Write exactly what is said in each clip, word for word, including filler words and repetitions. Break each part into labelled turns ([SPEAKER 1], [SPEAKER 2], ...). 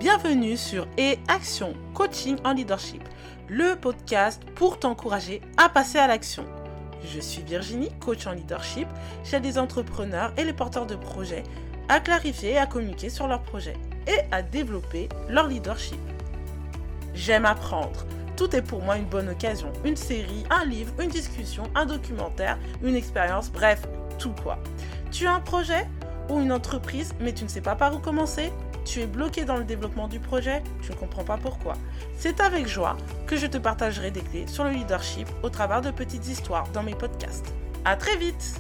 [SPEAKER 1] Bienvenue sur Et Action Coaching en Leadership, le podcast pour t'encourager à passer à l'action. Je suis Virginie, coach en leadership. J'aide les entrepreneurs et les porteurs de projets à clarifier et à communiquer sur leurs projets et à développer leur leadership. J'aime apprendre. Tout est pour moi une bonne occasion. Une série, un livre, une discussion, un documentaire, une expérience, bref, tout quoi. Tu as un projet ou une entreprise, mais tu ne sais pas par où commencer ? Tu es bloqué dans le développement du projet, tu ne comprends pas pourquoi. C'est avec joie que je te partagerai des clés sur le leadership au travers de petites histoires dans mes podcasts. À très vite!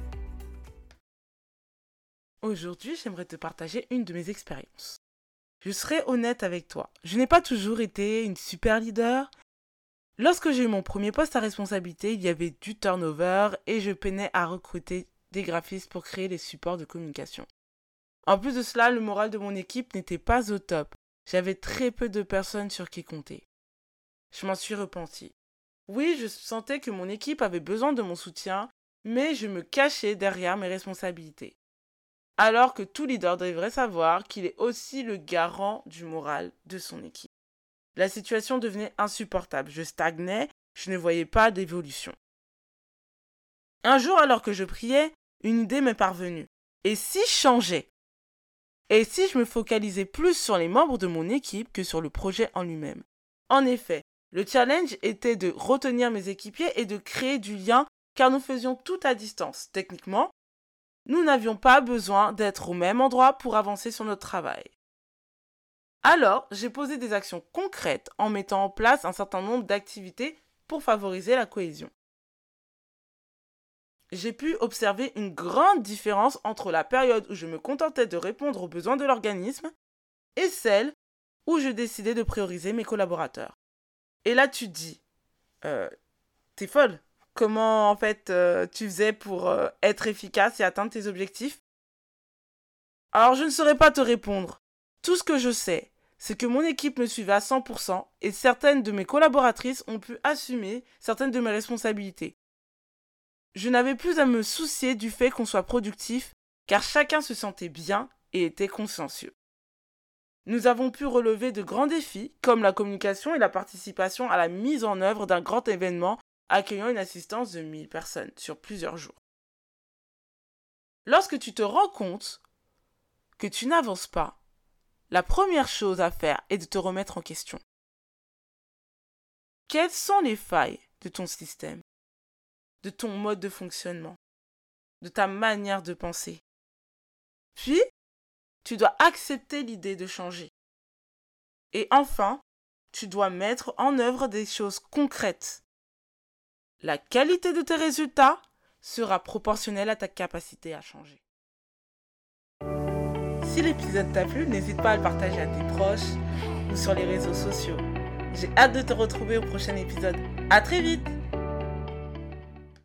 [SPEAKER 1] Aujourd'hui, j'aimerais te partager une de mes expériences. Je serai honnête avec toi, je n'ai pas toujours été une super leader. Lorsque j'ai eu mon premier poste à responsabilité, il y avait du turnover et je peinais à recruter des graphistes pour créer les supports de communication. En plus de cela, le moral de mon équipe n'était pas au top. J'avais très peu de personnes sur qui compter. Je m'en suis repentie. Oui, je sentais que mon équipe avait besoin de mon soutien, mais je me cachais derrière mes responsabilités. Alors que tout leader devrait savoir qu'il est aussi le garant du moral de son équipe. La situation devenait insupportable. Je stagnais, je ne voyais pas d'évolution. Un jour, alors que je priais, une idée m'est parvenue. Et si je changeais ? Et si je me focalisais plus sur les membres de mon équipe que sur le projet en lui-même? En effet, le challenge était de retenir mes équipiers et de créer du lien car nous faisions tout à distance. Techniquement, nous n'avions pas besoin d'être au même endroit pour avancer sur notre travail. Alors, j'ai posé des actions concrètes en mettant en place un certain nombre d'activités pour favoriser la cohésion. J'ai pu observer une grande différence entre la période où je me contentais de répondre aux besoins de l'organisme et celle où je décidais de prioriser mes collaborateurs. Et là, tu te dis, euh, t'es folle. Comment, en fait, euh, tu faisais pour euh, être efficace et atteindre tes objectifs? Alors, je ne saurais pas te répondre. Tout ce que je sais, c'est que mon équipe me suivait à cent pour cent et certaines de mes collaboratrices ont pu assumer certaines de mes responsabilités. Je n'avais plus à me soucier du fait qu'on soit productif, car chacun se sentait bien et était consciencieux. Nous avons pu relever de grands défis, comme la communication et la participation à la mise en œuvre d'un grand événement accueillant une assistance de mille personnes sur plusieurs jours. Lorsque tu te rends compte que tu n'avances pas, la première chose à faire est de te remettre en question. Quelles sont les failles de ton système ? De ton mode de fonctionnement, de ta manière de penser. Puis, tu dois accepter l'idée de changer. Et enfin, tu dois mettre en œuvre des choses concrètes. La qualité de tes résultats sera proportionnelle à ta capacité à changer. Si l'épisode t'a plu, n'hésite pas à le partager à tes proches ou sur les réseaux sociaux. J'ai hâte de te retrouver au prochain épisode. À très vite!